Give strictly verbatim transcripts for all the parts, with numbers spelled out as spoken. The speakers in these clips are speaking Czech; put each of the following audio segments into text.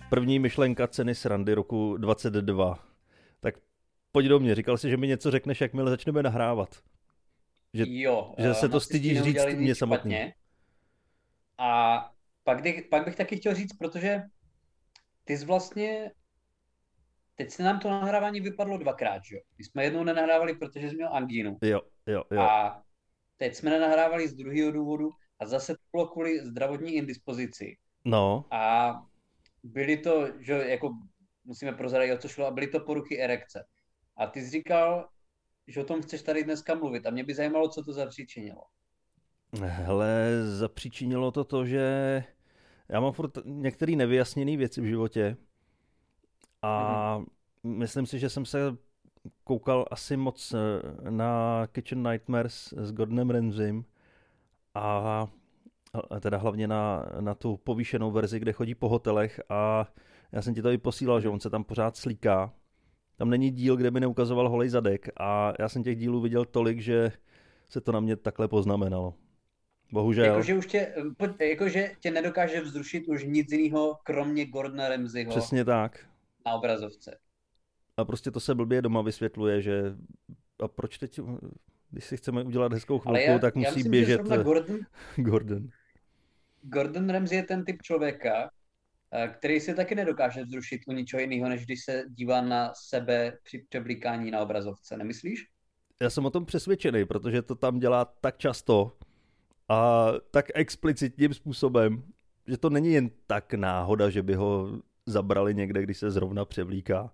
První myšlenka ceny srandy roku dvacet dva. Tak pojď do mě, říkal jsi, že mi něco řekneš, jakmile začneme nahrávat. Že, Jo, že se uh, to stydíš říct mě samotný. špatně. A pak, bych, pak bych taky chtěl říct, protože ty jsi vlastně, teď se nám to nahrávání vypadlo dvakrát, že jo? My jsme jednou nenahrávali, protože jsi měl angínu. Jo, jo, jo. A teď jsme nenahrávali z druhého důvodu a zase to bylo kvůli zdravotní indispozici. No. A byly to, že jako musíme prozradit, o co šlo, a byly to poruchy erekce. A ty jsi říkal, že o tom chceš tady dneska mluvit a mě by zajímalo, co to zapříčinilo. Hele, zapříčinilo to to, že já mám furt některé nevyjasněné věci v životě a mm-hmm. myslím si, že jsem se koukal asi moc na Kitchen Nightmares s Gordonem Ramsaym a teda hlavně na, na tu povýšenou verzi, kde chodí po hotelech a já jsem ti to i posílal, že on se tam pořád slíká. Tam není díl, kde by neukazoval holej zadek a já jsem těch dílů viděl tolik, že se to na mě takhle poznamenalo. Bohužel. Jakože už tě, jakože tě nedokáže vzrušit už nic jiného, kromě Gordona Ramsayho. Přesně tak. Na obrazovce. A prostě to se blbě doma vysvětluje, že a proč teď, když si chceme udělat hezkou chvilku, já, tak musí já myslím, běžet Gordon, Gordon. Gordon Ramsay je ten typ člověka, který se taky nedokáže vzrušit u ničeho jiného, než když se dívá na sebe při převlíkání na obrazovce. Nemyslíš? Já jsem o tom přesvědčený, protože to tam dělá tak často a tak explicitním způsobem, že to není jen tak náhoda, že by ho zabrali někde, když se zrovna převlíká.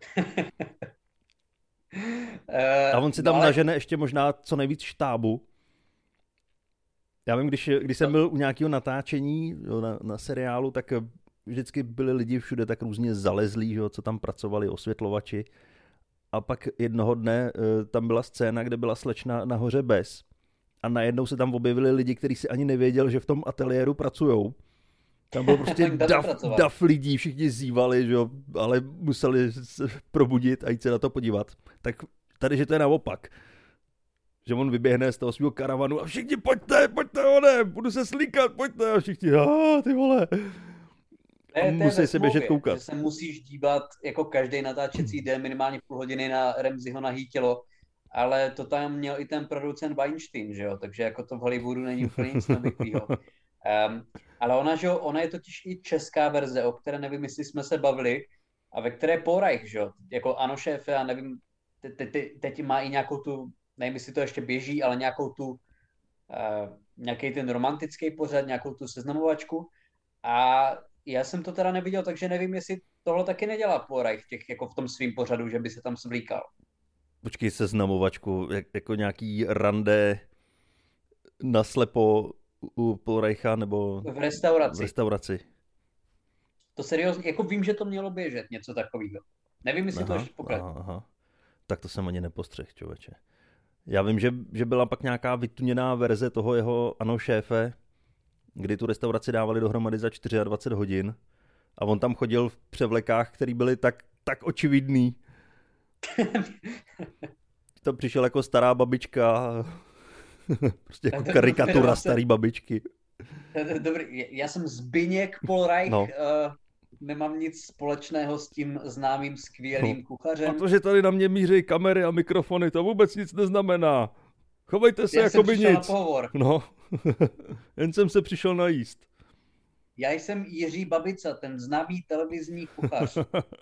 A on si tam no ale... nažene ještě možná co nejvíc štábu. Já vím, když, když jsem byl u nějakého natáčení na, na seriálu, tak vždycky byli lidi všude tak různě zalezlí, že, co tam pracovali, osvětlovači. A pak jednoho dne tam byla scéna, kde byla slečna nahoře bez. A najednou se tam objevili lidi, kteří si ani nevěděl, že v tom ateliéru pracujou. Tam byl prostě dav, dav lidí, všichni zívali, že jo, ale museli se probudit a jít se na to podívat. Tak tady, že to je naopak. Že on vyběhne z toho svého karavanu a všichni pojďte, pojďte one, budu se slíkat, pojďte. A všichni, a ty vole. A musí se běžet koukat. Že se musíš dívat jako každý natáčecí den minimálně půl hodiny na Ramsayho nahý tělo, ale to tam měl i ten producent Weinstein, že jo, takže jako to v Hollywoodu není úplně nic nevyklýho. Um, ale ona, že jo, ona je totiž i česká verze, o které nevím, jestli jsme se bavili, a ve které Paul Reich, že jo, jako ano šéfe, já nevím, te, te, te, teď má i nějakou tu, nevím, jestli to ještě běží, ale nějakou tu, uh, nějaký ten romantický pořad, nějakou tu seznamovačku a já jsem to teda neviděl, takže nevím, jestli tohle taky nedělá Paul Reich v těch, jako v tom svým pořadu, že by se tam svlíkal. Počkej, seznamovačku, jak, jako nějaký rande naslepo u Paul Reicha nebo v restauraci. v restauraci. To seriózně, jako vím, že to mělo běžet, něco takového. Nevím, jestli aha, to ještě pokračuje. Aha. Tak to jsem ani nepostřeh, člověče. Já vím, že, že byla pak nějaká vytuněná verze toho jeho ano šéfe, kdy tu restauraci dávali dohromady za dvacet čtyři hodin a on tam chodil v převlekách, které byly tak, tak očividný. Tam přišel jako stará babička, prostě jako karikatura starý babičky. Dobrý, já jsem Zbyněk Paul Reich, no. uh, nemám nic společného s tím známým skvělým no. kuchařem. A to, že tady na mě míří kamery a mikrofony, to vůbec nic neznamená. Chovejte se jako by nic. Já jsem přišel na pohovor. No, jen jsem se přišel najíst. Já jsem Jiří Babica, ten známý televizní kuchař.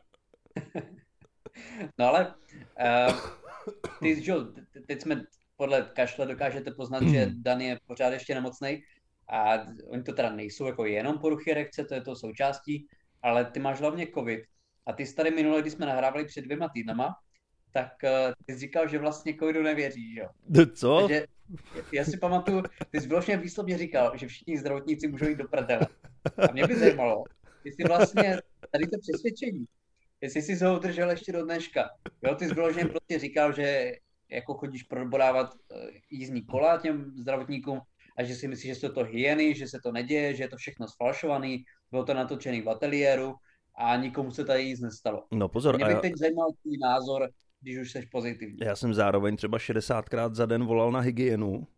No ale uh, ty, že, teď jsme podle kašle dokážete poznat, že Dan je pořád ještě nemocnej a oni to teda nejsou jako jenom poruchy erekce, to je to součástí, ale ty máš hlavně covid a ty jsi tady minule, když jsme nahrávali před dvěma týdnama, tak uh, ty jsi říkal, že vlastně covidu nevěříš, jo? Co? Takže já si pamatuju, ty jsi vlastně výslovně říkal, že všichni zdravotníci můžou jít do prdele. A mě by zajímalo, jestli vlastně tady to přesvědčení, jestli jsi ho udržel ještě do dneška. Jo, ty jsi vyloženě prostě říkal, že jako chodíš probodávat jízdní kola těm zdravotníkům a že si myslíš, že jsou to hyeny, že se to neděje, že je to všechno sfalšovaný, bylo to natočený v ateliéru a nikomu se tady nic nestalo. No pozor. Mě by já... teď zajímal tvůj názor, když už jsi pozitivní. Já jsem zároveň třeba šedesátkrát za den volal na hygienu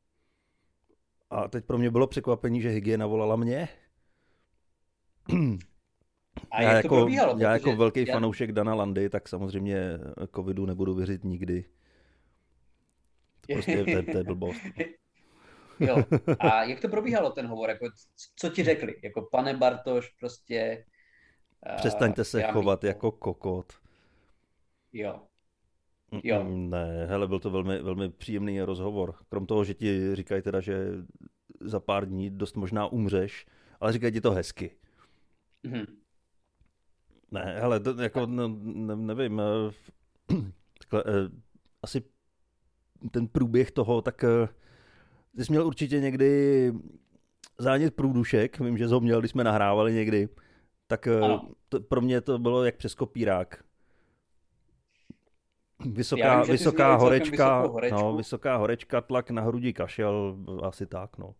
a teď pro mě bylo překvapení, že hygiena volala mě. A já jak jako, to probíhalo? já jako velký já... fanoušek Dana Landy, tak samozřejmě covidu nebudu věřit nikdy. To prostě to, to je blbost. Jo. A jak to probíhalo ten hovor? Jako, co ti řekli? Jako pane Bartoš, prostě... Přestaňte se uh, chovat jako kokot. Jo. Jo. Ne, hele, byl to velmi, velmi příjemný rozhovor. Krom toho, že ti říkají teda, že za pár dní dost možná umřeš, ale říkají ti to hezky. Mm-hmm. Ne, hele, to jako, no, ne, nevím, takhle, asi ten průběh toho, tak ty jsi měl určitě někdy zánět průdušek, vím, že jsi ho měl, když jsme nahrávali někdy, tak to, pro mě to bylo jak přes kopírák. Vysoká, vím, vysoká horečka, no, vysoká horečka, tlak na hrudi, kašel, asi tak, no.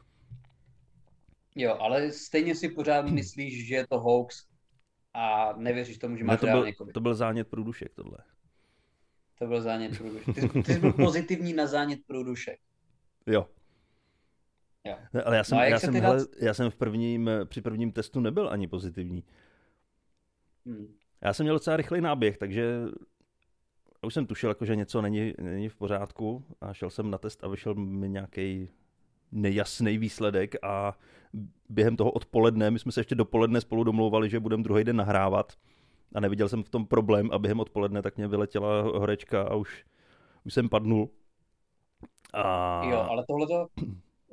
Jo, ale stejně si pořád myslíš, že je to hoax a nevěříš tomu, že máš ne, to reálný byl, to byl zánět průdušek, tohle. To byl zánět průdušek. Ty, ty jsi byl pozitivní na zánět průdušek. Jo. Jo. Ale já jsem, no já, jsem, dát... hele, já jsem v prvním, při prvním testu nebyl ani pozitivní. Hmm. Já jsem měl docela rychlej náběh, takže už jsem tušil, jako, že něco není, není v pořádku a šel jsem na test a vyšel mi nějaký nejasný výsledek a během toho odpoledne, my jsme se ještě dopoledne spolu domlouvali, že budeme druhý den nahrávat a neviděl jsem v tom problém a během odpoledne tak mě vyletěla horečka a už, už jsem padnul. A... Jo, ale tohleto, uh,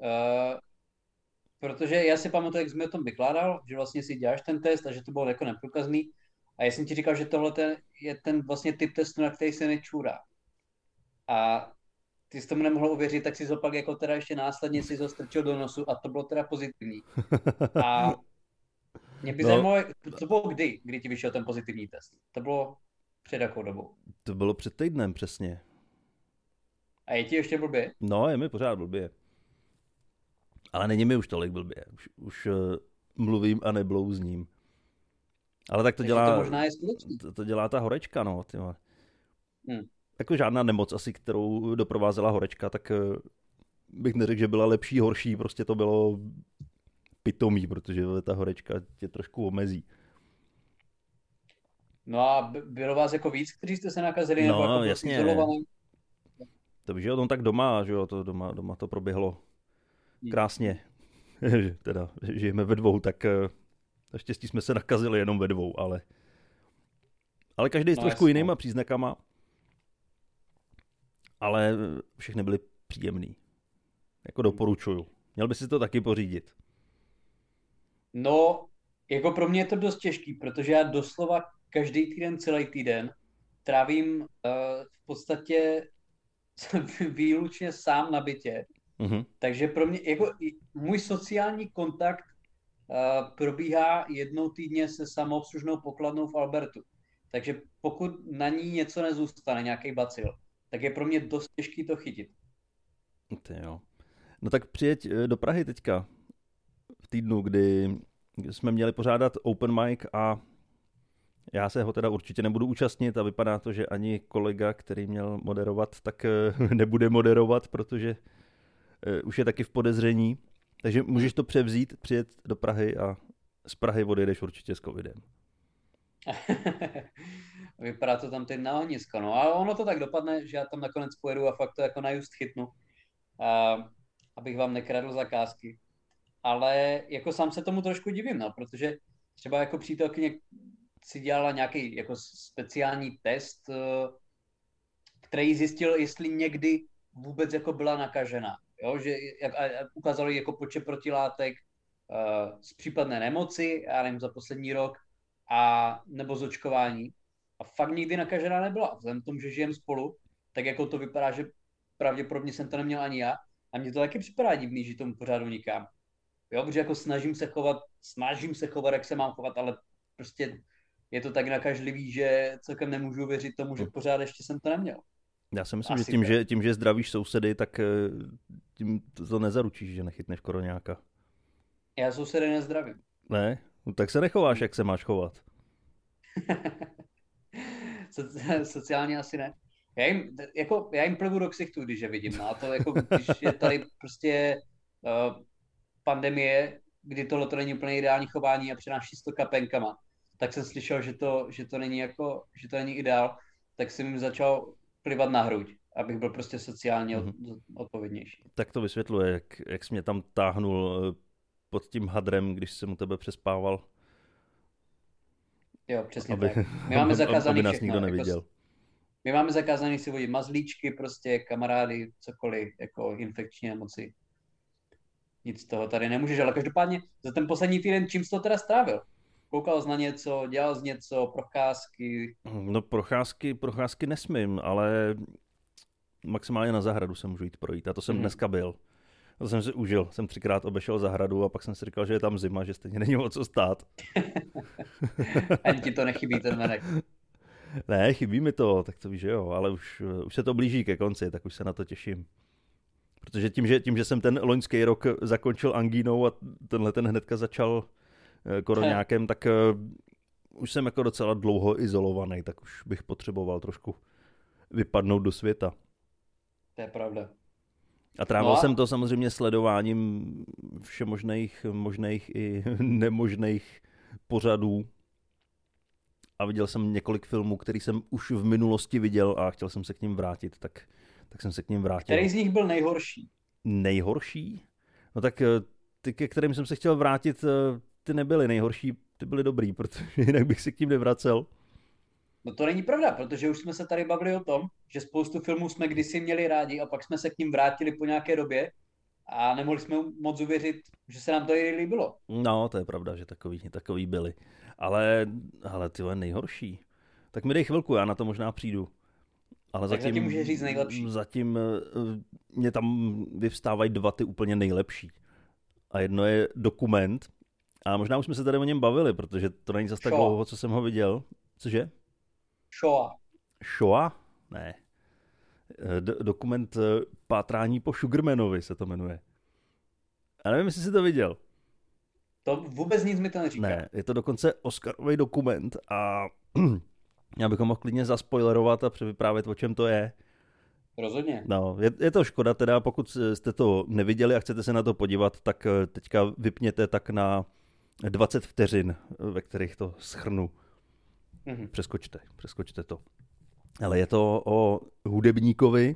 protože já si pamatuju, jak jsi mi o tom vykládal, že vlastně si děláš ten test a že to bylo jako neprůkazný a já jsem ti říkal, že tohle je ten vlastně typ testu, na který se nečůrá. A ty jsi tomu nemohl uvěřit, tak si zopak jako teda ještě následně si ho strčil do nosu a to bylo teda pozitivní. A mě by no. zajímalo, to bylo kdy, kdy ti vyšel ten pozitivní test? To bylo před jakou dobou? To bylo před týdnem přesně. A je ti ještě blbě? No, je mi pořád blbě. Ale není mi už tolik blbě. Už, už uh, mluvím a neblouzním. Ale tak to Takže dělá, to možná je skutečný. To, to dělá ta horečka, no. Hmm. Jako žádná nemoc asi, kterou doprovázela horečka, tak uh, bych neřekl, že byla lepší, horší. Prostě to bylo pitomý, protože ta horečka tě trošku omezí. No a bylo vás jako víc, kteří jste se nakazili? No, nebo jako jasně. Izolovaný? To víš, že o tom tak doma, že jo, to doma, doma to proběhlo krásně. Hmm. Teda žijeme ve dvou, tak naštěstí jsme se nakazili jenom ve dvou, ale ale každý s no, trošku jasný. Jinýma příznakama. Ale všechny byly příjemný. Jako doporučuju. Měl by si to taky pořídit. No, jako pro mě je to dost těžký, protože já doslova každý týden, celý týden trávím uh, v podstatě výlučně sám na bytě. Mm-hmm. Takže pro mě, jako můj sociální kontakt uh, probíhá jednou týdně se samoobslužnou pokladnou v Albertu. Takže pokud na ní něco nezůstane, nějaký bacil, tak je pro mě dost těžký to chytit. Ty jo. No tak přijeď do Prahy teďka v týdnu, kdy jsme měli pořádat open mic a já se ho teda určitě nebudu účastnit a vypadá to, že ani kolega, který měl moderovat, tak nebude moderovat, protože už je taky v podezření. Takže můžeš to převzít, přijet do Prahy a z Prahy odjedeš určitě s covidem. Vypadá to tam teď na ohnisko, no ale ono to tak dopadne, že já tam nakonec pojedu a fakt to jako na just chytnu, a, abych vám nekradl zakázky. Ale jako sám se tomu trošku divím, no, protože třeba jako přítelkyně si dělala nějaký jako speciální test, který zjistil, jestli někdy vůbec jako byla nakažená. Jo? Že, a, a ukázalo jí jako počet protilátek uh, z případné nemoci, já nevím, za poslední rok, a nebo z očkování. A fakt nikdy nakažená nebyla. Vzhledem k tomu, že žijeme spolu, tak jako to vypadá, že pravděpodobně jsem to neměl ani já. A mně to taky připadá divný, že tomu pořád unikám. Jo, protože jako snažím se chovat, snažím se chovat, jak se mám chovat, ale prostě je to tak nakažlivý, že celkem nemůžu věřit tomu, že pořád ještě jsem to neměl. Já si myslím, Asi že tím, že tím, že zdravíš sousedy, tak tím to nezaručíš, že nechytneš koroňáka. Já sousedy nezdravím. Ne? No, tak se nechováš, jak se máš chovat. Sociálně asi ne. Já jim, jako, já jim plivu do ksichtu, když je vidím. No a to jako, když je tady prostě uh, pandemie, kdy tohle to není úplně ideální chování a přináší s to kapenkama, tak jsem slyšel, že to, že to není jako, že to není ideál, tak jsem jim začal plivat na hruď, abych byl prostě sociálně mm-hmm. odpovědnější. Tak to vysvětluje, jak, jak jsi mě tam táhnul pod tím hadrem, když jsem u tebe přespával. Jo, přesně aby, tak. My máme zakázaný aby nás všechno. Nikdo neviděl. Jako, my máme zakázaný si vodit mazlíčky, prostě kamarády, cokoliv, jako infekční nemoci. Nic z toho tady nemůžeš, ale každopádně za ten poslední týden, čím jsi to teda strávil? Koukal jsi na něco, dělal jsi něco, procházky? No procházky, procházky nesmím, ale maximálně na zahradu se můžu jít projít. A to jsem mm. dneska byl. To jsem si užil. Jsem třikrát obešel zahradu a pak jsem si říkal, že je tam zima, že stejně není o co stát. Ani ti to nechybí ten venek. Ne, chybí mi to, tak to víš, že jo, ale už, už se to blíží ke konci, tak už se na to těším. Protože tím, že, tím, že jsem ten loňský rok zakončil angínou a tenhle ten hnedka začal koroňákem, tak uh, už jsem jako docela dlouho izolovaný, tak už bych potřeboval trošku vypadnout do světa. To je pravda. A trávil no a... jsem to samozřejmě sledováním všemožných možných i nemožných pořadů. A viděl jsem několik filmů, který jsem už v minulosti viděl a chtěl jsem se k ním vrátit, tak, tak jsem se k ním vrátil. Který z nich byl nejhorší? Nejhorší? No tak ty, ke kterým jsem se chtěl vrátit, ty nebyly nejhorší, ty byly dobrý, protože jinak bych se k tím nevracel. No to není pravda, protože už jsme se tady bavili o tom, že spoustu filmů jsme kdysi měli rádi a pak jsme se k ním vrátili po nějaké době a nemohli jsme moc uvěřit, že se nám to i líbilo. No, to je pravda, že takový, takový byli. Ale, ale tyhle nejhorší. Tak mi dej chvilku, já na to možná přijdu. Ale tak zatím, zatím můžeš říct nejlepší. Zatím mě tam vyvstávají dva ty úplně nejlepší. A jedno je Dokument. A možná už jsme se tady o něm bavili, protože to není zase tak dlouho, co jsem ho viděl. Cože? Shoah. Shoah? Ne. Do, dokument Pátrání po Sugarmanovi se to jmenuje. A nevím, jestli jsi to viděl. To vůbec nic mi to neříká. Ne, je to dokonce Oscarový dokument a já bychom mohl klidně zaspoilerovat a převyprávět, o čem to je. Rozhodně. No, je, je to škoda teda, pokud jste to neviděli a chcete se na to podívat, tak teďka vypněte tak na dvacet vteřin, ve kterých to shrnu. Mm-hmm. Přeskočte, přeskočte to. Ale je to o hudebníkovi.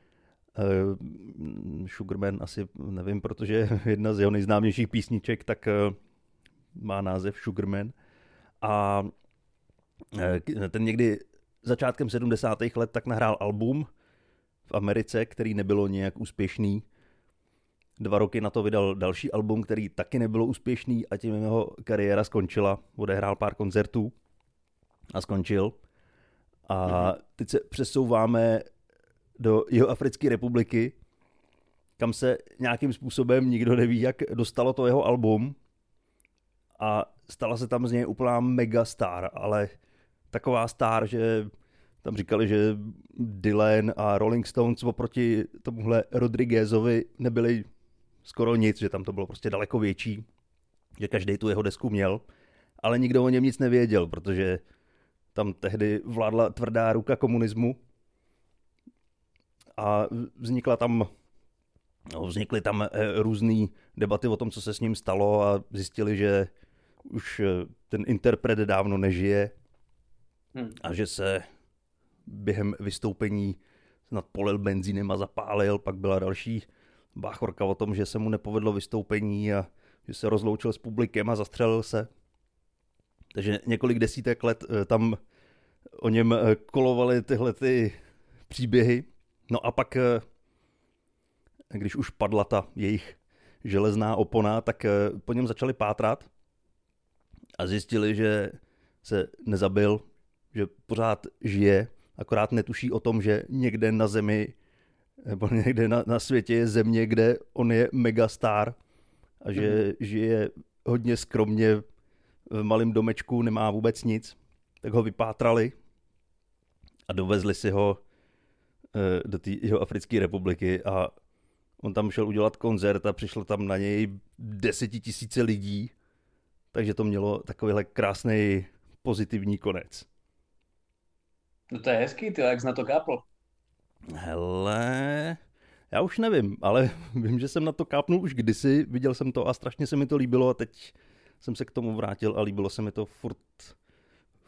Uh, Sugarman asi nevím, protože jedna z jeho nejznámějších písniček tak uh, má název Sugarman. A uh, ten někdy začátkem sedmdesátých let tak nahrál album v Americe, který nebylo nějak úspěšný. Dva roky na to vydal další album, který taky nebylo úspěšný a tím jeho kariéra skončila. Odehrál pár koncertů a skončil. A teď se přesouváme do Jihoafrické republiky, kam se nějakým způsobem nikdo neví, jak dostalo to jeho album. A stala se tam z něj úplná megastar, ale taková star, že tam říkali, že Dylan a Rolling Stones oproti tomuhle Rodriguezovi nebyli skoro nic, že tam to bylo prostě daleko větší, že každý tu jeho desku měl, ale nikdo o něm nic nevěděl, protože tam tehdy vládla tvrdá ruka komunismu a vznikla tam, no, vznikly tam různé debaty o tom, co se s ním stalo a zjistili, že už ten interpret dávno nežije hmm. a že se během vystoupení snad polil benzínem a zapálil, pak byla další báchorka o tom, že se mu nepovedlo vystoupení a že se rozloučil s publikem a zastřelil se. Takže několik desítek let tam o něm kolovaly tyhle ty příběhy. No a pak, když už padla ta jejich železná opona, tak po něm začali pátrat a zjistili, že se nezabil, že pořád žije, akorát netuší o tom, že někde na zemi nebo někde na, na světě je země, kde on je megastar a že mm-hmm. žije hodně skromně v malém domečku, nemá vůbec nic, tak ho vypátrali a dovezli si ho e, do té Jihoafrické republiky a on tam šel udělat koncert a přišlo tam na něj desetitisíce lidí, takže to mělo takovýhle krásný pozitivní konec. No to je hezký, ty, jak jsi na to kápl? Hele, já už nevím, ale vím, že jsem na to kápnul už kdysi, viděl jsem to a strašně se mi to líbilo a teď jsem se k tomu vrátil a líbilo se mi to furt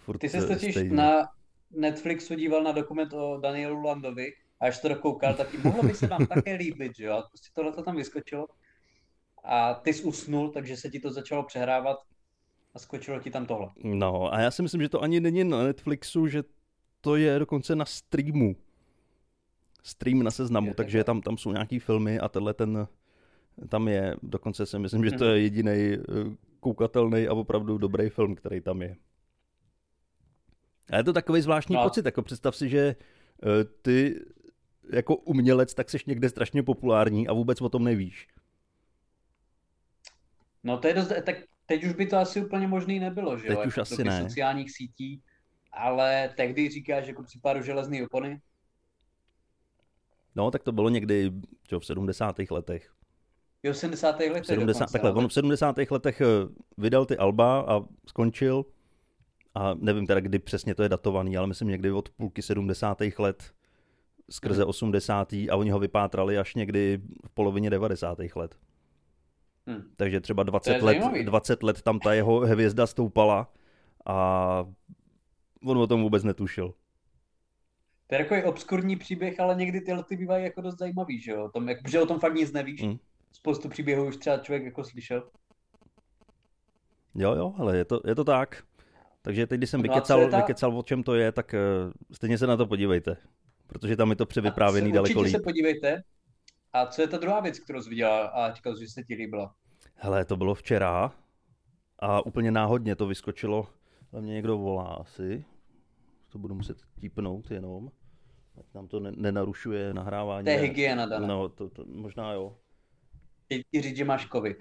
furt Ty jsi totiž stejně. na Netflixu díval na dokument o Danielu Landovi a až to dokoukal, tak ti mohlo by se vám také líbit, že jo? Prostě tohle to tam vyskočilo. A ty jsi usnul, takže se ti to začalo přehrávat a skočilo ti tam tohle. No a já si myslím, že to ani není na Netflixu, že to je dokonce na streamu. Stream na Seznamu, je takže tam, tam jsou nějaký filmy a tenhle ten tam je. Dokonce si myslím, že to je jediný koukatelný a opravdu dobrý film, který tam je. A je to takový zvláštní no. pocit, jako představ si, že ty jako umělec tak seš někde strašně populární a vůbec o tom nevíš. No to je dost, tak teď už by to asi úplně možný nebylo, že teď jo? Teď už jako asi ne. Sociálních sítí, ale tehdy říkáš jako při pádu železný opony. No tak to bylo někdy čo, v sedmdesátých letech. Jo, v sedmdesátých letech sedmdesát, dokonce, takhle, on v sedmdesátých letech vydal ty alba a skončil. A nevím teda, kdy přesně to je datovaný, ale myslím někdy od půlky sedmdesátých let skrze osmdesátých a oni ho vypátrali až někdy v polovině devadesátých let. Hmm. Takže třeba dvacet let, dvacet let tam ta jeho hvězda stoupala a on o tom vůbec netušil. To je takový obskurní příběh, ale někdy tyhle ty bývají jako dost zajímavý, že jo? Tom, jak, že o tom fakt nic nevíš. Hmm. Spoustu příběhů už třeba člověk jako slyšel. Jo, jo, ale je to, je to tak. Takže teď, když jsem no vykecal, ta... vykecal, o čem to je, tak uh, stejně se na to podívejte. Protože tam je to převyprávěný daleko líp. Určitě se podívejte. A co je ta druhá věc, kterou jsi viděla a říkal, že se ti líbila? Hele, to bylo včera a úplně náhodně to vyskočilo. Ale mě někdo volá asi. To budu muset típnout jenom. Ať nám to ne- nenarušuje nahrávání. To je hygiena, Dana. No, to, to možná jo. Chtěj ti říct, že máš covid.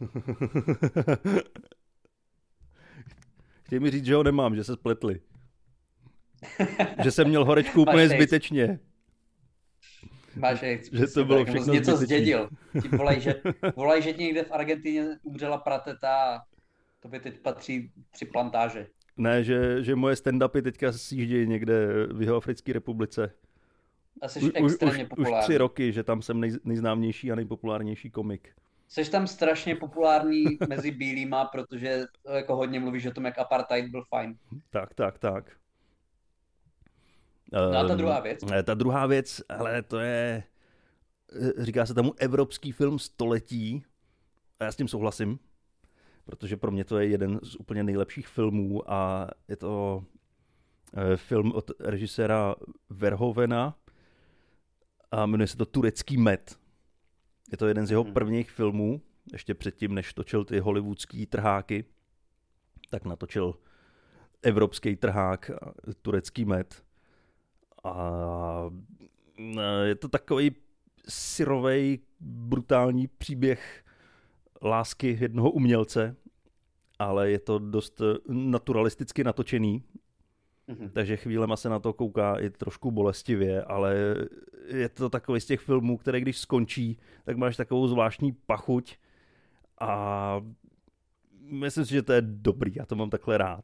Chtěj mi říct, že ho nemám, že se spletli. Že jsem měl horečku úplně zbytečně. Máš AIDS. Že to bylo všechno něco zbytečný. Zdědil. Ti volaj, že, volaj, že někde v Argentině umřela prateta a to by teď patří při plantáže. Ne, že, že moje stand-upy teďka sjíždějí někde v Jihoafrické republice. A jsi extrémně už, populární. Už tři roky, že tam jsem nej, nejznámější a nejpopulárnější komik. Jsi tam strašně populární mezi bílýma, protože jako hodně mluvíš o tom, jak apartheid byl fajn. Tak, tak, tak. No a ta druhá věc? Ta druhá věc, ale to je, říká se tomu evropský film století. A já s tím souhlasím, protože pro mě to je jeden z úplně nejlepších filmů a je to film od režiséra Verhovena a jmenuje se to Turecký med. Je to jeden z jeho prvních filmů, ještě předtím, než točil ty hollywoodský trháky, tak natočil evropský trhák, Turecký med. A je to takový syrovej, brutální příběh lásky jednoho umělce, ale je to dost naturalisticky natočený, mm-hmm. takže chvílema se na to kouká i trošku bolestivě, ale je to takový z těch filmů, které když skončí, tak máš takovou zvláštní pachuť a myslím si, že to je dobrý, já to mám takhle rád.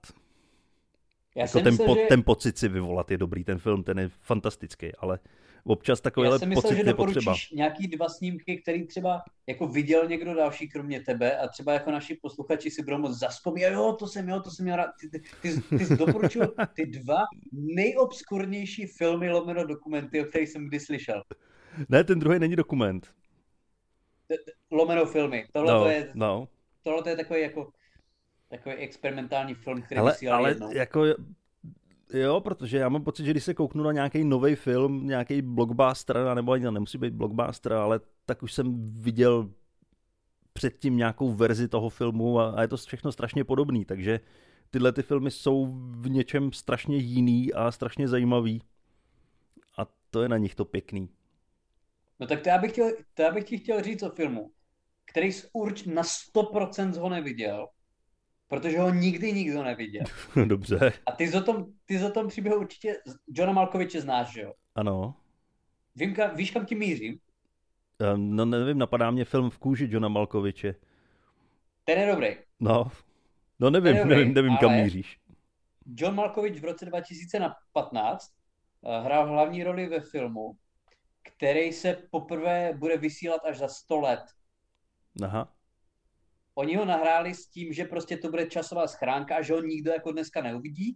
Já jako ten, myslel, po, že... ten pocit si vyvolat je dobrý, ten film, ten je fantastický, ale občas takovýhle pocit je potřeba. Já jsem myslel, že doporučíš nějaký dva snímky, který třeba jako viděl někdo další kromě tebe a třeba jako naši posluchači si budou moc zaspomínat, jo, to jsem, jo, to jsem měl rád. Ty, ty, ty, ty jsi doporučil ty dva nejobskurnější filmy lomeno dokumenty, o kterých jsem kdy slyšel. Ne, ten druhý není dokument. Lomeno filmy. Tohle no, to je, no. tohle to je takový jako takový experimentální film, který ale, vysílal ale jednou. Jako, jo, protože já mám pocit, že když se kouknu na nějaký nový film, nějaký blockbuster, nebo ani nemusí být blockbuster, ale tak už jsem viděl předtím nějakou verzi toho filmu a, a je to všechno strašně podobný, takže tyhle ty filmy jsou v něčem strašně jiný a strašně zajímavý a to je na nich to pěkný. No tak to já bych, chtěl, to já bych ti chtěl říct o filmu, který jsi urč na sto procent ho neviděl, protože ho nikdy nikdo neviděl. Dobře. A ty za tom, ty za tom příběhu určitě Johna Malkoviče znáš, že jo? Ano. Vím, kam, víš, kam ti mířím? Um, no nevím, napadá mě film V kůži Johna Malkoviče. Ten je dobrý. No, no nevím, dobrý, nevím, nevím kam míříš. John Malkovich v roce dva tisíce patnáct uh, hrál hlavní roli ve filmu, který se poprvé bude vysílat až za sto let. Aha. Oni ho nahráli s tím, že prostě to bude časová schránka a že ho nikdo jako dneska neuvidí.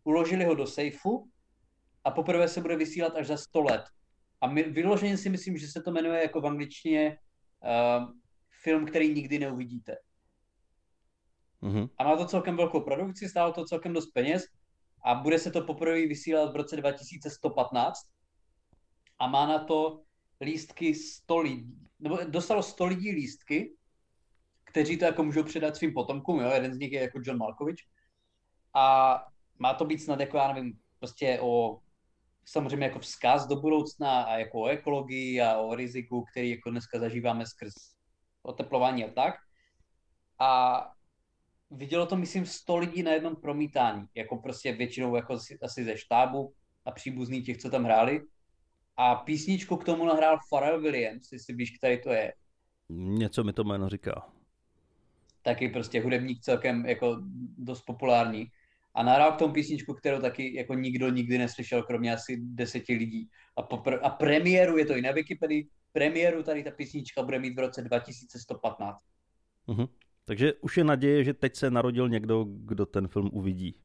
uložili ho do sejfu a poprvé se bude vysílat až za sto let. A my, vyloženě si myslím, že se to jmenuje jako v angličtině uh, film, který nikdy neuvidíte. Mm-hmm. A má to celkem velkou produkci, stálo to celkem dost peněz a bude se to poprvé vysílat v roce dva tisíce sto patnáct a má na to lístky sto lidí. Nebo dostalo sto lidí lístky, kteří to jako můžou předat svým potomkům, jo? Jeden z nich je jako John Malkovich. A má to být snad jako, já nevím, prostě o samozřejmě jako vzkaz do budoucna a jako o ekologii a o riziku, který jako dneska zažíváme skrz oteplování a tak. A vidělo to, myslím, sto lidí na jednom promítání, jako prostě většinou jako asi ze štábu a příbuzný těch, co tam hráli. A písničku k tomu nahrál Pharrell Williams, jestli víš, který to je. Něco mi to jméno říká. Taky prostě hudebník celkem jako dost populární. A nahrál k tomu písničku, kterou taky jako nikdo nikdy neslyšel, kromě asi deseti lidí. A, popr- a premiéru, je to i na Wikipedii, premiéru tady ta písnička bude mít v roce dva tisíce sto patnáct. Uh-huh. Takže už je naděje, že teď se narodil někdo, kdo ten film uvidí.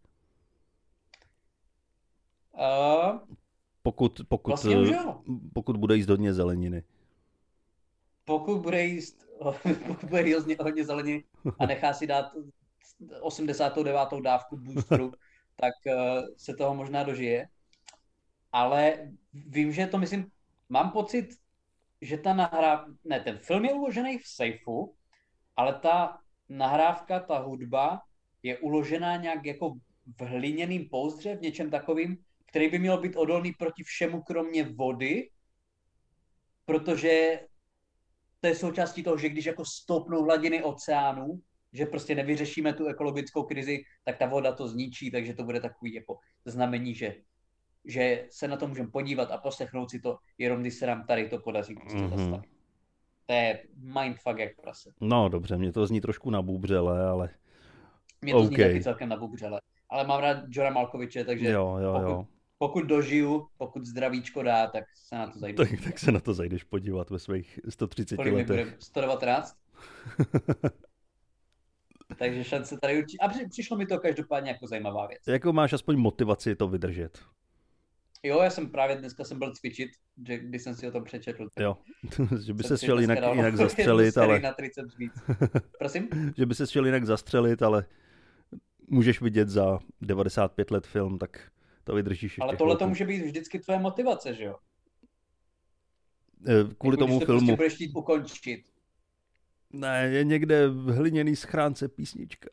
Uh, pokud, pokud, vlastně už jo. pokud bude jíst hodně zeleniny. Pokud bude jíst, pokud bude jíst hodně, hodně zeleniny a nechá si dát osmdesátou devátou dávku boosteru, tak uh, se toho možná dožije. Ale vím, že to myslím, mám pocit, že ta nahrávka, ne, ten film je uložený v sejfu, ale ta nahrávka, ta hudba je uložená nějak jako v hliněným pouzdře, v něčem takovým, který by měl být odolný proti všemu, kromě vody, protože to je součástí toho, že když jako stoupnou hladiny oceánů, že prostě nevyřešíme tu ekologickou krizi, tak ta voda to zničí, takže to bude takový jako znamení, že, že se na to můžeme podívat a poslechnout si to, jenom když se nám tady to podaří prostě mm-hmm. zastavit. To je mindfuck jak prase. No dobře, mě to zní trošku nabubřele, ale mě to okay. Zní taky celkem nabubřele. Ale mám rád Johna Malkoviče, takže jo, jo, pokud, jo. pokud dožiju, pokud zdravíčko dá, tak se na to zajdu. Tak, tak se na to zajdeš podívat ve svých sto třiceti Kolik letech. mi bude? sto devatenáct? Takže šance tady určitě. A při, přišlo mi to každopádně jako zajímavá věc. Jako máš aspoň motivaci to vydržet? Jo, já jsem právě dneska jsem byl cvičit, že když jsem si o tom přečetl. Jo, že by se šel jinak, jinak zastřelit, ale... Na triceps víc. Prosím? Že by se šel jinak zastřelit, ale můžeš vidět za devadesát pět let film, tak to vydržíš ještě. Ale tohle to může být vždycky tvoje motivace, že jo? Kvůli jako, tomu když filmu. Prostě budeš chtít ukončit. Ne, je někde v hliněný schránce písnička.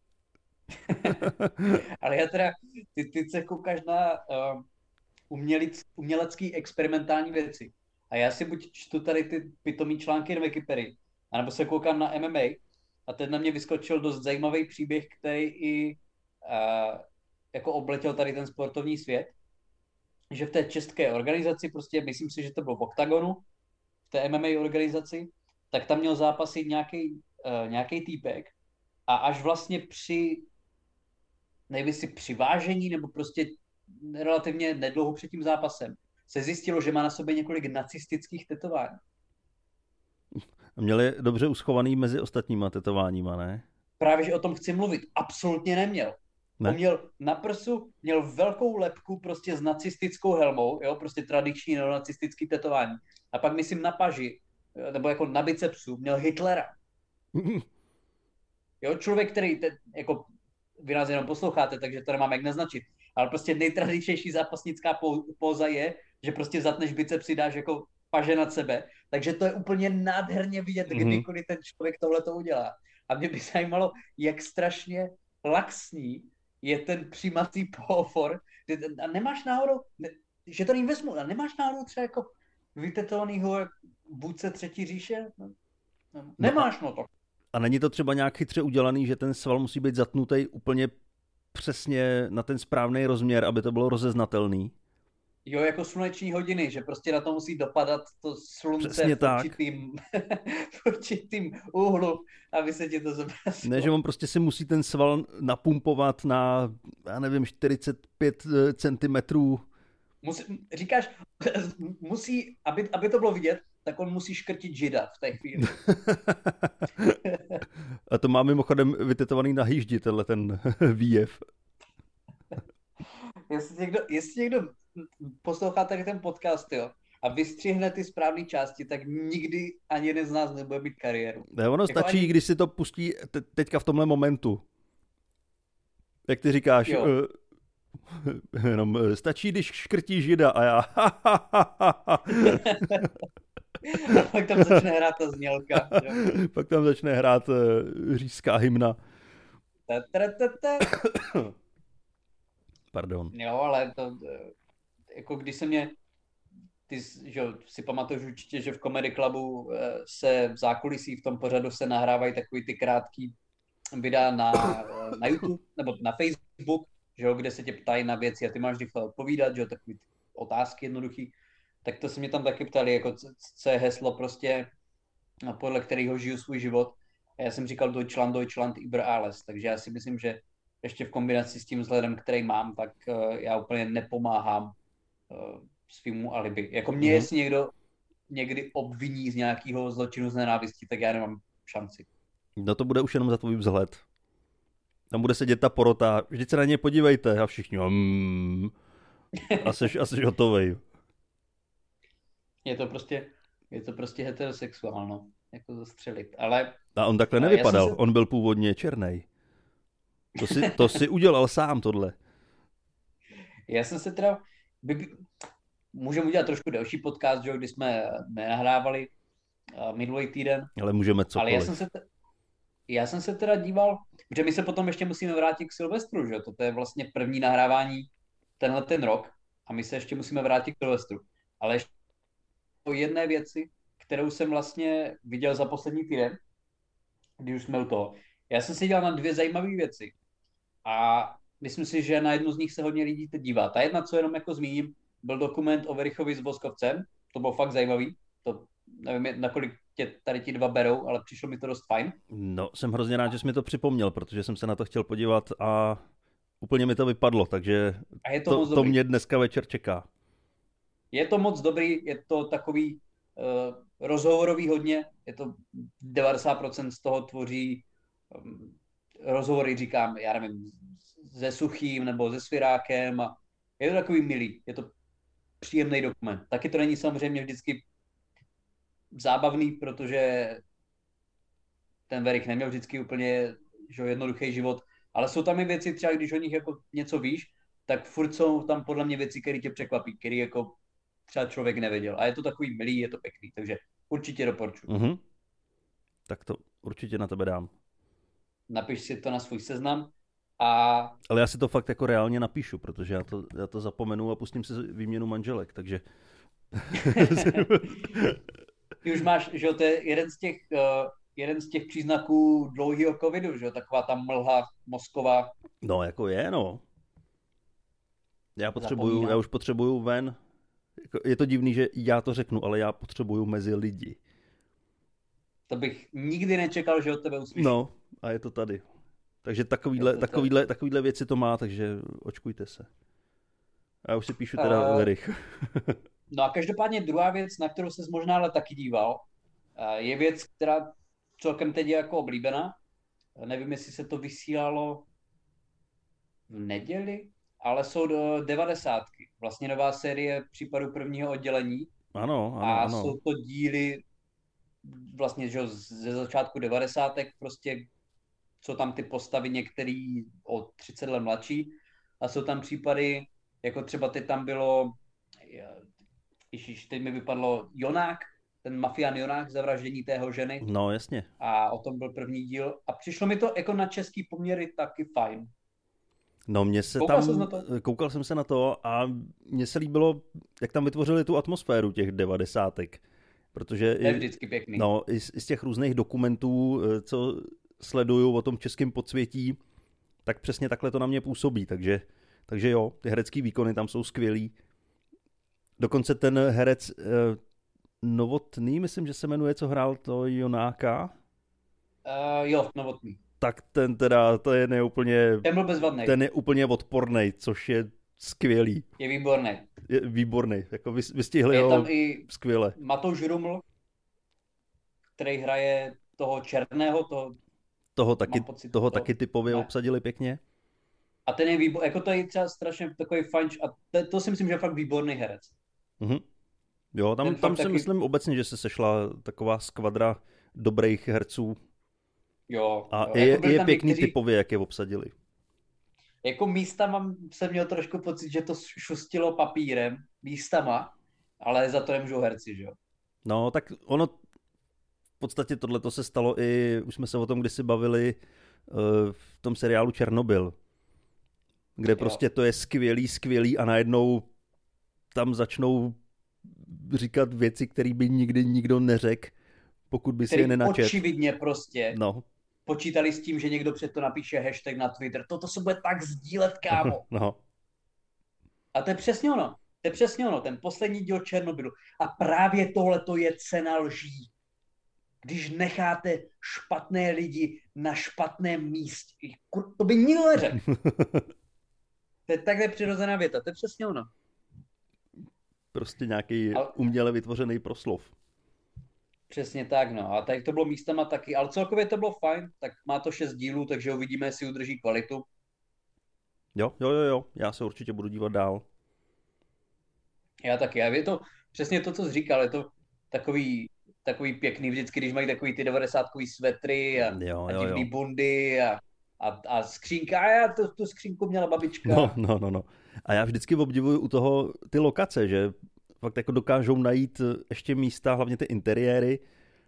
Ale já teda, ty, ty se koukáš na uh, umělic, umělecký experimentální věci. A já si buď čtu tady ty pitomý články na Wikipedii, anebo se koukám na M M A a teď na mě vyskočil dost zajímavý příběh, který i uh, jako obletěl tady ten sportovní svět, že v té české organizaci, prostě myslím si, že to bylo v Oktagonu, v té M M A organizaci, tak tam měl zápasit nějaký uh, nějaký týpek a až vlastně při nevím, si při vážení nebo prostě relativně nedlouho před tím zápasem se zjistilo, že má na sobě několik nacistických tetování. Měl je dobře uschovaný mezi ostatníma tetováníma, ne? Právě, že o tom chci mluvit. Absolutně neměl. Ne? On měl na prsu, měl velkou lebku prostě s nacistickou helmou, jo, prostě tradiční neonacistický tetování. A pak myslím na paži, nebo jako na bicepsu, měl Hitlera. Jo, člověk, který, te, jako vy nás jenom posloucháte, takže to nemám jak naznačit, ale prostě nejtradičnější zápasnická póza je, že prostě zatneš bicepsy, dáš jako paže nad sebe, takže to je úplně nádherně vidět, mm-hmm. kdykoliv ten člověk tohle to udělá. A mě by zajímalo, jak strašně laxní je ten přijímací pohovor, a nemáš náhodou, ne, že to vezmu, a nemáš náhodou třeba jako vytetovanýho vůdce třetí říše? No, no, nemáš no to. A není to třeba nějak chytře udělaný, že ten sval musí být zatnutý úplně přesně na ten správný rozměr, aby to bylo rozeznatelný? Jo, jako sluneční hodiny, že prostě na to musí dopadat to slunce přesně v tak. určitým, v určitým úhlu, aby se ti to zobrazilo. Ne, že on prostě si musí ten sval napumpovat na, já nevím, čtyřicet pět centimetrů. Musí, říkáš, musí, aby, aby to bylo vidět, tak on musí škrtit žida v té chvíli. A to má mimochodem vytetovaný na hýždi, tenhle ten výjev. jestli, někdo, jestli někdo poslouchá tady ten podcast, jo, a vystřihne ty správné části, tak nikdy ani jeden z nás nebude mít kariéru. Ne, ono jako stačí, ani... když si to pustí te- teďka v tomhle momentu. Jak ty říkáš, uh, jenom stačí, když škrtí žida a já. A pak tam začne hrát ta znělka. Jo? Pak tam začne hrát uh, říšská hymna. Pardon. Jo, ale to, jako když se mě, ty že, si pamatuješ určitě, že v Comedy Clubu se v zákulisí v tom pořadu se nahrávají takový ty krátký videa na, na YouTube nebo na Facebook, že jo, kde se tě ptají na věci a ty máš rychle odpovídat, že jo, takový otázky jednoduchý. Tak to se mě tam taky ptali, jako co je heslo prostě, podle kterého žiju svůj život. A já jsem říkal Deutschland, Deutschland, über alles. Takže já si myslím, že ještě v kombinaci s tím vzhledem, který mám, tak uh, já úplně nepomáhám uh, svýmu alibi. Jako mě, mm-hmm. jestli někdo někdy obviní z nějakého zločinu z nenávistí, tak já nemám šanci. No to bude už jenom za tvůj vzhled. Tam bude sedět ta porota, vždyť se na ně podívejte a všichni mm, a seš, a seš hotovej. Je to prostě, je to prostě heterosexuálno, jako zastřelit, ale... A on takhle nevypadal, se... on byl původně černej. To si, to si udělal sám tohle. Já jsem se teda... By... Můžeme udělat trošku delší podcast, že, kdy jsme nenahrávali uh, minulý týden. Ale můžeme cokoliv. Ale já jsem se, te... já jsem se teda díval, že my se potom ještě musíme vrátit k Silvestru, že? To je vlastně první nahrávání tenhle ten rok a my se ještě musíme vrátit k Silvestru. Ale ještě o jedné věci, kterou jsem vlastně viděl za poslední týden, když už jsme u toho. Já jsem se díval na dvě zajímavé věci a myslím si, že na jednu z nich se hodně lidí teď dívá. Ta jedna, co jenom jako zmíním, byl dokument o Verichovi s Voskovcem. To bylo fakt zajímavý. To nevím, nakolik tě tady ti dva berou, ale přišlo mi to dost fajn. No, jsem hrozně rád, že jsi mi to připomněl, protože jsem se na to chtěl podívat a úplně mi to vypadlo, takže a je to, to, to mě dneska večer čeká. Je to moc dobrý, je to takový uh, rozhovorový hodně, je to devadesát procent z toho tvoří um, rozhovory, říkám, já nevím, se Suchým nebo se Svirákem a je to takový milý, je to příjemný dokument. Taky to není samozřejmě vždycky zábavný, protože ten Verich neměl vždycky úplně že, jednoduchý život, ale jsou tam i věci, třeba když o nich jako něco víš, tak furt jsou tam podle mě věci, které tě překvapí, které jako třeba člověk nevěděl. A je to takový milý, je to pěkný, takže určitě doporučuji. Mm-hmm. Tak to určitě na tebe dám. Napiš si to na svůj seznam a... Ale já si to fakt jako reálně napíšu, protože já to, já to zapomenu a pustím si výměnu manželek, takže... Ty už máš, že to je jeden z těch, uh, jeden z těch příznaků dlouhého covidu, že taková ta mlha mozková. No, jako je, no. Já potřebuju, já už potřebuju ven. Je to divný, že já to řeknu, ale já potřebuju mezi lidi. To bych nikdy nečekal, že od tebe uslyším. No, a je to tady. Takže takovýhle, to takovýhle, takovýhle věci to má, takže očkujte se. A já už si píšu teda uh, Verich. No a každopádně druhá věc, na kterou ses možná ale taky díval, je věc, která celkem teď je jako oblíbená. Nevím, jestli se to vysílalo v neděli, ale jsou do devadesátky. Vlastně nová série případu prvního oddělení. Ano, ano, a ano. jsou to díly vlastně že ze začátku devadesátek, prostě jsou tam ty postavy některý o třicet let mladší a jsou tam případy, jako třeba teď tam bylo, ježiš, teď mi vypadlo Jonák, ten mafián Jonák, zavraždění tého ženy. No, jasně. A o tom byl první díl a přišlo mi to jako na český poměry taky fajn. No mě se koukal tam, koukal jsem se na to a mně se líbilo, jak tam vytvořili tu atmosféru těch devadesátek. Protože to je vždycky pěkný. No, i z, i z těch různých dokumentů, co sleduju o tom českém podsvětí, tak přesně takhle to na mě působí. Takže, takže jo, ty herecký výkony tam jsou skvělý. Dokonce ten herec eh, Novotný, myslím, že se jmenuje, co hrál to Jonáka. Uh, jo, Novotný. Tak ten teda, to je neúplně... Ten byl bezvadný. Ten je úplně odpornej, což je skvělý. Je výborný. Je výborný, jako vystihli je ho tam i skvěle. Matouš Ruml, který hraje toho černého, toho, toho taky, pocit, toho to, taky typově ne. obsadili pěkně. A ten je výbor, jako to je třeba strašně takový fajn, a to, to si myslím, že je fakt výborný herec. Mm-hmm. Jo, tam, tam si taky... myslím obecně, že se sešla taková skvadra dobrých herců. Jo. A jo. je, jako je pěkný někteří... typově, jak je obsadili. Jako místama jsem měl trošku pocit, že to šustilo papírem, místama, ale za to nemůžou herci, že jo? No, tak ono, v podstatě tohleto se stalo i, už jsme se o tom kdysi bavili uh, v tom seriálu Černobyl, kde jo. prostě to je skvělý, skvělý a najednou tam začnou říkat věci, které by nikdy nikdo neřekl, pokud by si je nenačet. Očividně prostě. No. Počítali s tím, že někdo před to napíše hashtag na Twitter. Toto se bude tak sdílet, kámo. No. A to je přesně ono. To je přesně ono. Ten poslední díl Černobylu. A právě tohle to je cena lží. Když necháte špatné lidi na špatném místě. To by nikdo neřekl. To je takhle přirozená věta. To je přesně ono. Prostě nějaký Ale... uměle vytvořený proslov. Přesně tak, no. A tak to bylo místama taky, ale celkově to bylo fajn, tak má to šest dílů, takže uvidíme, jestli udrží kvalitu. Jo, jo, jo, jo, já se určitě budu dívat dál. Já taky, a je to přesně to, co jsi říkal, je to takový, takový pěkný vždycky, když mají takový ty devadesátkový svetry a, jo, a jo, divný jo. bundy a, a, a skřínka, a já tu, tu skřínku měla babička. No, no, no, no. A já vždycky obdivuju u toho ty lokace, že fakt jako dokážou najít ještě místa, hlavně ty interiéry,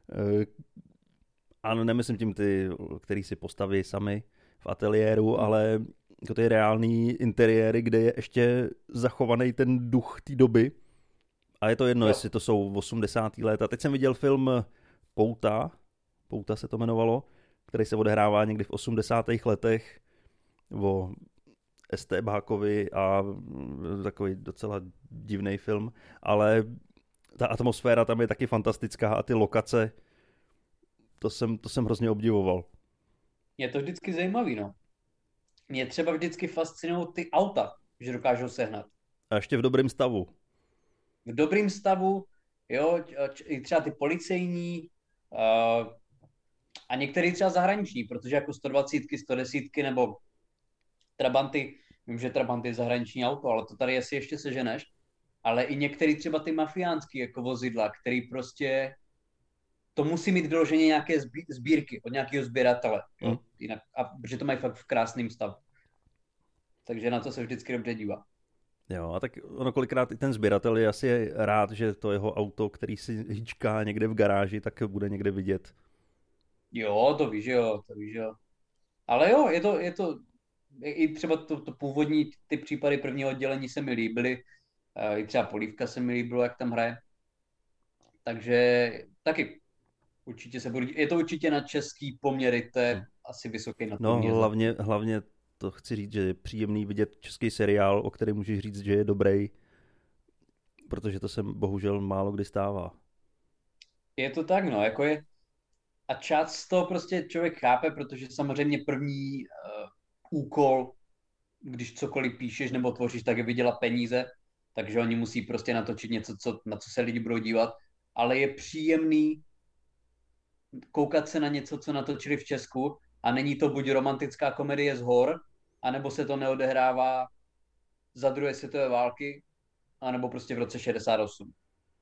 a nemyslím tím ty, který si postaví sami v ateliéru, hmm. ale jako ty reální interiéry, kde je ještě zachovaný ten duch té doby. A je to jedno, no. jestli to jsou osmdesátá léta. Teď jsem viděl film Pouta, Pouta se to jmenovalo, který se odehrává někdy v osmdesátých letech o Estébákovi a takový docela divný film, ale ta atmosféra tam je taky fantastická a ty lokace, to jsem, to jsem hrozně obdivoval. Je to vždycky zajímavý, no. Mě třeba vždycky fascinují ty auta, že dokážou sehnat. A ještě v dobrém stavu. V dobrém stavu, jo, i třeba ty policejní uh, a některý třeba zahraniční, protože jako sto dvacet, sto deset nebo Trabanty, vím, že Trabant je zahraniční auto, ale to tady asi ještě seženeš, ale i některý třeba ty mafiánský jako vozidla, který prostě to musí mít vyloženě nějaké sbírky od nějakého sběratele, jo? Mm. Jinak, a protože to mají fakt v krásném stavu. Takže na to se vždycky dobře dívá. Jo, a tak ono kolikrát i ten sběratel je asi rád, že to jeho auto, který si hýčká někde v garáži, tak bude někde vidět. Jo, to víš, jo, to víš, jo. Ale jo, je to, je to i třeba to, to původní, ty případy prvního oddělení se mi líbily, i třeba Polívka se mi líbilo, jak tam hraje. Takže taky určitě se budu, je to určitě na český poměry, to je hmm. asi vysoký na No hlavně, hlavně to chci říct, že je příjemný vidět český seriál, o kterém můžeš říct, že je dobrý, protože to se bohužel málo kdy stává. Je to tak, no, jako je, a často prostě člověk chápe, protože samozřejmě první uh, úkol, když cokoliv píšeš nebo tvoříš, tak je vydělat peníze, takže oni musí prostě natočit něco, co, na co se lidi budou dívat, ale je příjemný koukat se na něco, co natočili v Česku a není to buď romantická komedie z hor, anebo se to neodehrává za druhé světové války, anebo prostě v roce šedesát osm.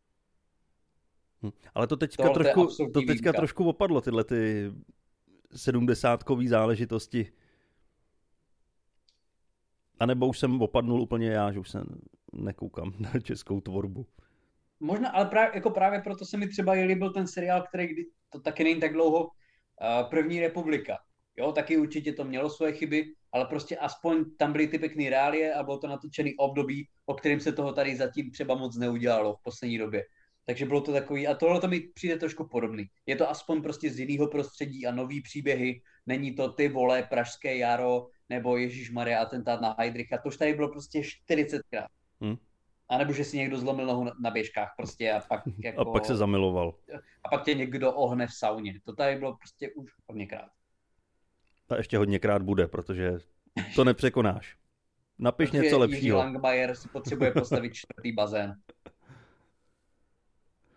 Hm. Ale to teďka, trošku, to teďka trošku opadlo, tyhle ty sedmdesátkový záležitosti. A nebo už jsem opadnul úplně já, že už se nekoukám na českou tvorbu. Možná, ale právě, jako právě proto se mi třeba i líbil ten seriál, který to taky není tak dlouho, uh, První republika. Jo, taky určitě to mělo svoje chyby, ale prostě aspoň tam byly ty pěkný reálie a bylo to natočený období, o kterém se toho tady zatím třeba moc neudělalo v poslední době. Takže bylo to takový, a tohle to mi přijde trošku podobný. Je to aspoň prostě z jiného prostředí a nový příběhy, není to ty vole, Pražské jaro, nebo Ježíšmarja, atentát na Heydricha, to už tady bylo prostě čtyřicetkrát. Hmm. A nebo že si někdo zlomil nohu na, na běžkách prostě a pak jako... A pak se zamiloval. A pak tě někdo ohne v sauně. To tady bylo prostě už hodněkrát. A ještě hodněkrát bude, protože to nepřekonáš. Napiš protože něco lepšího. Jiří Langmajer si potřebuje postavit čtvrtý bazén.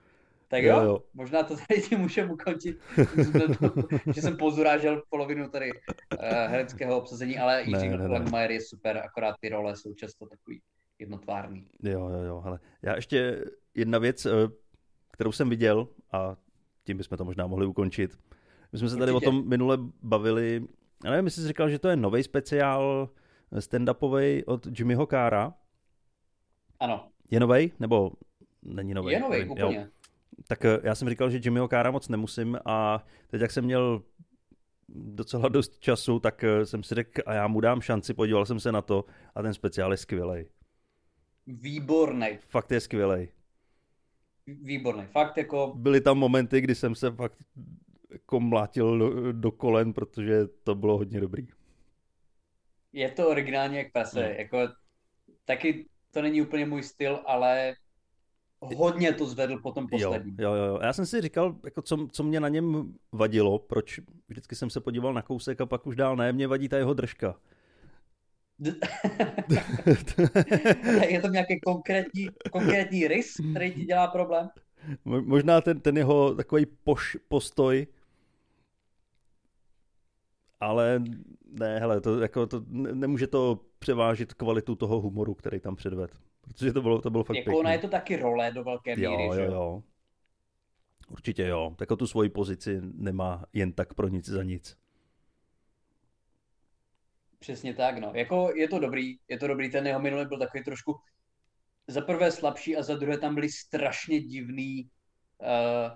Tak jo, jo, jo, možná to tady tím můžeme ukončit, že jsem pozurážel polovinu tady uh, hereckého obsazení, ale Jiří Langmajer je super, akorát ty role jsou často takový jednotvárný. Jo, jo, jo, hele. Já ještě jedna věc, kterou jsem viděl, a tím bychom to možná mohli ukončit. My jsme se tady Určitě. o tom minule bavili, já nevím, jestli jsi říkal, že to je nový speciál stand-upovej od Jimmyho Carra. Ano. Je novej, nebo není novej? Je novej, úplně. Jo. Tak já jsem říkal, že Jimmyho Carra moc nemusím a teď, jak jsem měl docela dost času, tak jsem si řekl, a já mu dám šanci, podíval jsem se na to a ten speciál je skvělej. Výborný. Fakt je skvělej. Výborný, fakt jako... Byly tam momenty, kdy jsem se fakt jako mlátil do, do kolen, protože to bylo hodně dobrý. Je to originálně jak prase, hmm. jako taky to není úplně můj styl, ale hodně to zvedl potom poslední. Jo, jo, jo. Já jsem si říkal, jako co, co mě na něm vadilo, proč vždycky jsem se podíval na kousek a pak už dál ne, mě vadí ta jeho držka. Je to nějaký konkrétní, konkrétní rys, který ti dělá problém? Možná ten, ten jeho takový poš, postoj, ale ne, hele, to, jako, to, nemůže to převážit kvalitu toho humoru, který tam předved. Protože to bylo, to bylo fakt jako pěkný. Ona je to taky role do velké míry, jo, že jo? jo. Určitě jo. Tak tu svoji pozici nemá jen tak pro nic za nic. Přesně tak, no. Jako je to dobrý, je to dobrý, ten jeho minulý byl takový trošku za prvé slabší a za druhé tam byly strašně divný uh,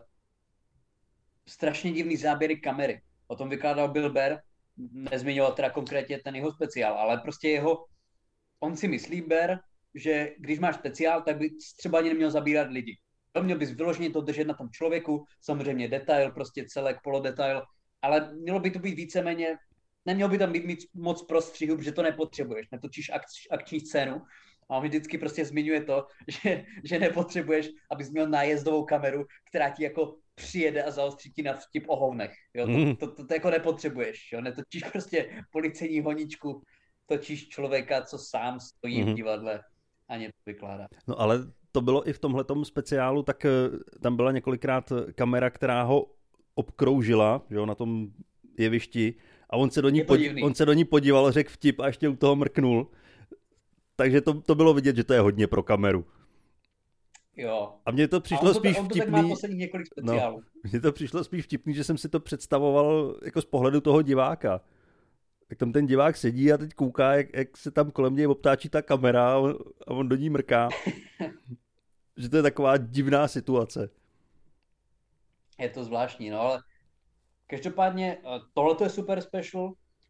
strašně divný záběry kamery. O tom vykládal Bill Burr, nezmiňoval teda konkrétně ten jeho speciál, ale prostě jeho, on si myslí, Burr, že když máš speciál, tak by třeba ani neměl zabírat lidi. Měl bys vyloženě to držet na tom člověku, samozřejmě detail, prostě celek, polodetail, ale mělo by to být víceméně, nemělo by tam být mít moc prostřihu, protože to nepotřebuješ. Netočíš akč, akční scénu a on vždycky prostě zmiňuje to, že, že nepotřebuješ, abys měl nájezdovou kameru, která ti jako přijede a zaostří ti na vtip o hovnech. Jo? Mm. To, to, to, to jako nepotřebuješ. Jo? Netočíš prostě policejní honičku, točíš člověka, co sám stojí mm. v divadle a něco vykládá. No ale to bylo i v tomhletom speciálu, tak tam byla několikrát kamera, která ho obkroužila, jo, na tom jevišti a on se do ní, podí, on se do ní podíval, řekl vtip a ještě u toho mrknul. Takže to, to bylo vidět, že to je hodně pro kameru. Jo. A mně to přišlo to, spíš on to vtipný. On to má posledních několik speciálů. No, mně to přišlo spíš vtipný, že jsem si to představoval jako z pohledu toho diváka. Tak tam ten divák sedí a teď kouká, jak, jak se tam kolem něj obtáčí ta kamera a on, a on do ní mrká. Že to je taková divná situace. Je to zvláštní, no ale každopádně tohle je super special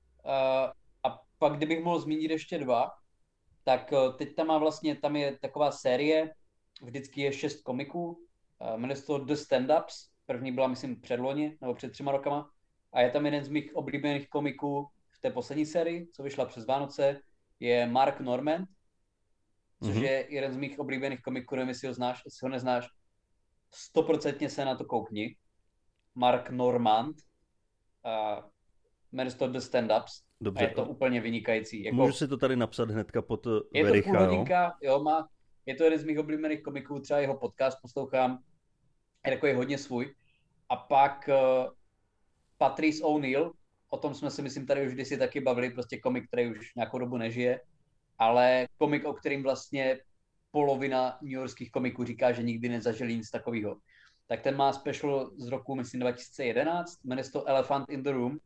a pak kdybych mohl zmínit ještě dva, tak teď tam má vlastně, tam je taková série, vždycky je šest komiků, jmenuje se to The Stand-Ups, první byla myslím předloni, nebo před třema rokama a je tam jeden z mých oblíbených komiků v té poslední sérii, co vyšla přes Vánoce, je Mark Normand, což mm-hmm. je jeden z mých oblíbených komiků, nevím, jestli ho znáš, jestli ho neznáš, stoprocentně se na to koukni. Mark Normand, uh, jmenuje se to The Stand-Ups. Dobře. A je to úplně vynikající. Jako, můžu si to tady napsat hnedka pod je Vericha, to půl hodinka, jo? jo, má, je to jeden z mých oblíbených komiků, třeba jeho podcast poslouchám, je takový hodně svůj. A pak uh, Patrice O'Neal, o tom jsme si myslím tady už kdysi taky bavili, prostě komik, který už nějakou dobu nežije, ale komik, o kterým vlastně polovina newyorských komiků říká, že nikdy nezažili nic takového. Tak ten má special z roku, myslím, dva tisíce jedenáct, jmenuje se to Elephant in the Room.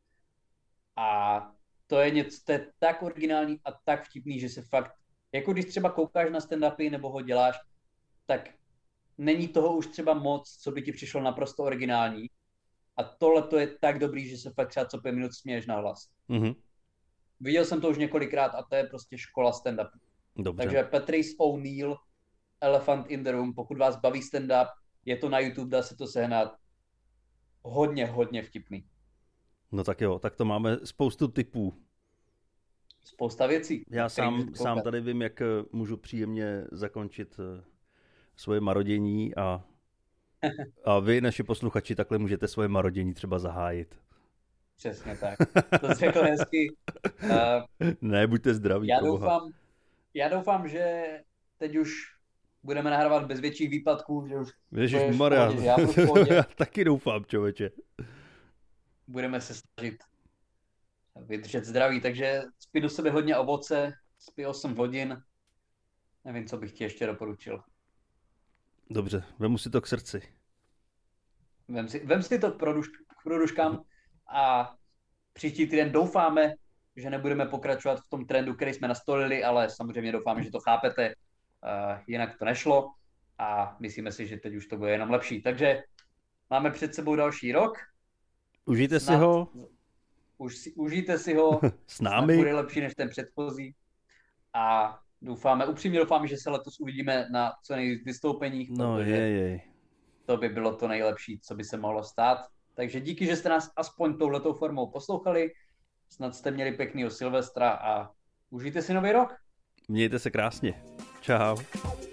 A to je něco, to je tak originální a tak vtipný, že se fakt, jako když třeba koukáš na stand-upy nebo ho děláš, tak není toho už třeba moc, co by ti přišlo naprosto originální. A tohle to je tak dobrý, že se fakt třeba co pět minut směješ na hlas. Mm-hmm. Viděl jsem to už několikrát a to je prostě škola stand-upu. Dobře. Takže Patrice O'Neal, Elephant in the Room, pokud vás baví stand-up, je to na YouTube, dá se to sehnat. Hodně, hodně vtipný. No tak jo, tak to máme spoustu tipů. Spousta věcí. Já sám, sám tady vím, jak můžu příjemně zakončit svoje marodění a, a vy, naši posluchači, takhle můžete svoje marodění třeba zahájit. Přesně tak. To jsi řekl hezky. Uh, ne, buďte zdraví. Já doufám, já doufám, že teď už budeme nahrávat bez větších výpadků, že už Ježišmarja, já, já taky doufám, člověče. Budeme se snažit vydržet zdraví, takže spí do sebe hodně ovoce, spí osm hodin, nevím, co bych ti ještě doporučil. Dobře, vemu si to k srdci. Vem si, vem si to k, produš, k produškám a příští týden doufáme, že nebudeme pokračovat v tom trendu, který jsme nastolili, ale samozřejmě doufáme, že to chápete, uh, jinak to nešlo a myslíme si, že teď už to bude jenom lepší. Takže máme před sebou další rok. Užijte Snad, si ho. Už si, užijte si ho. S námi. Bude lepší než ten předchozí. A doufáme, upřímně doufáme, že se letos uvidíme na co nejvíc vystoupeních. No jej, jej. To by bylo to nejlepší, co by se mohlo stát. Takže díky, že jste nás aspoň touhletou formou poslouchali. Snad jste měli pěknýho Silvestra a užijte si nový rok. Mějte se krásně. Čau.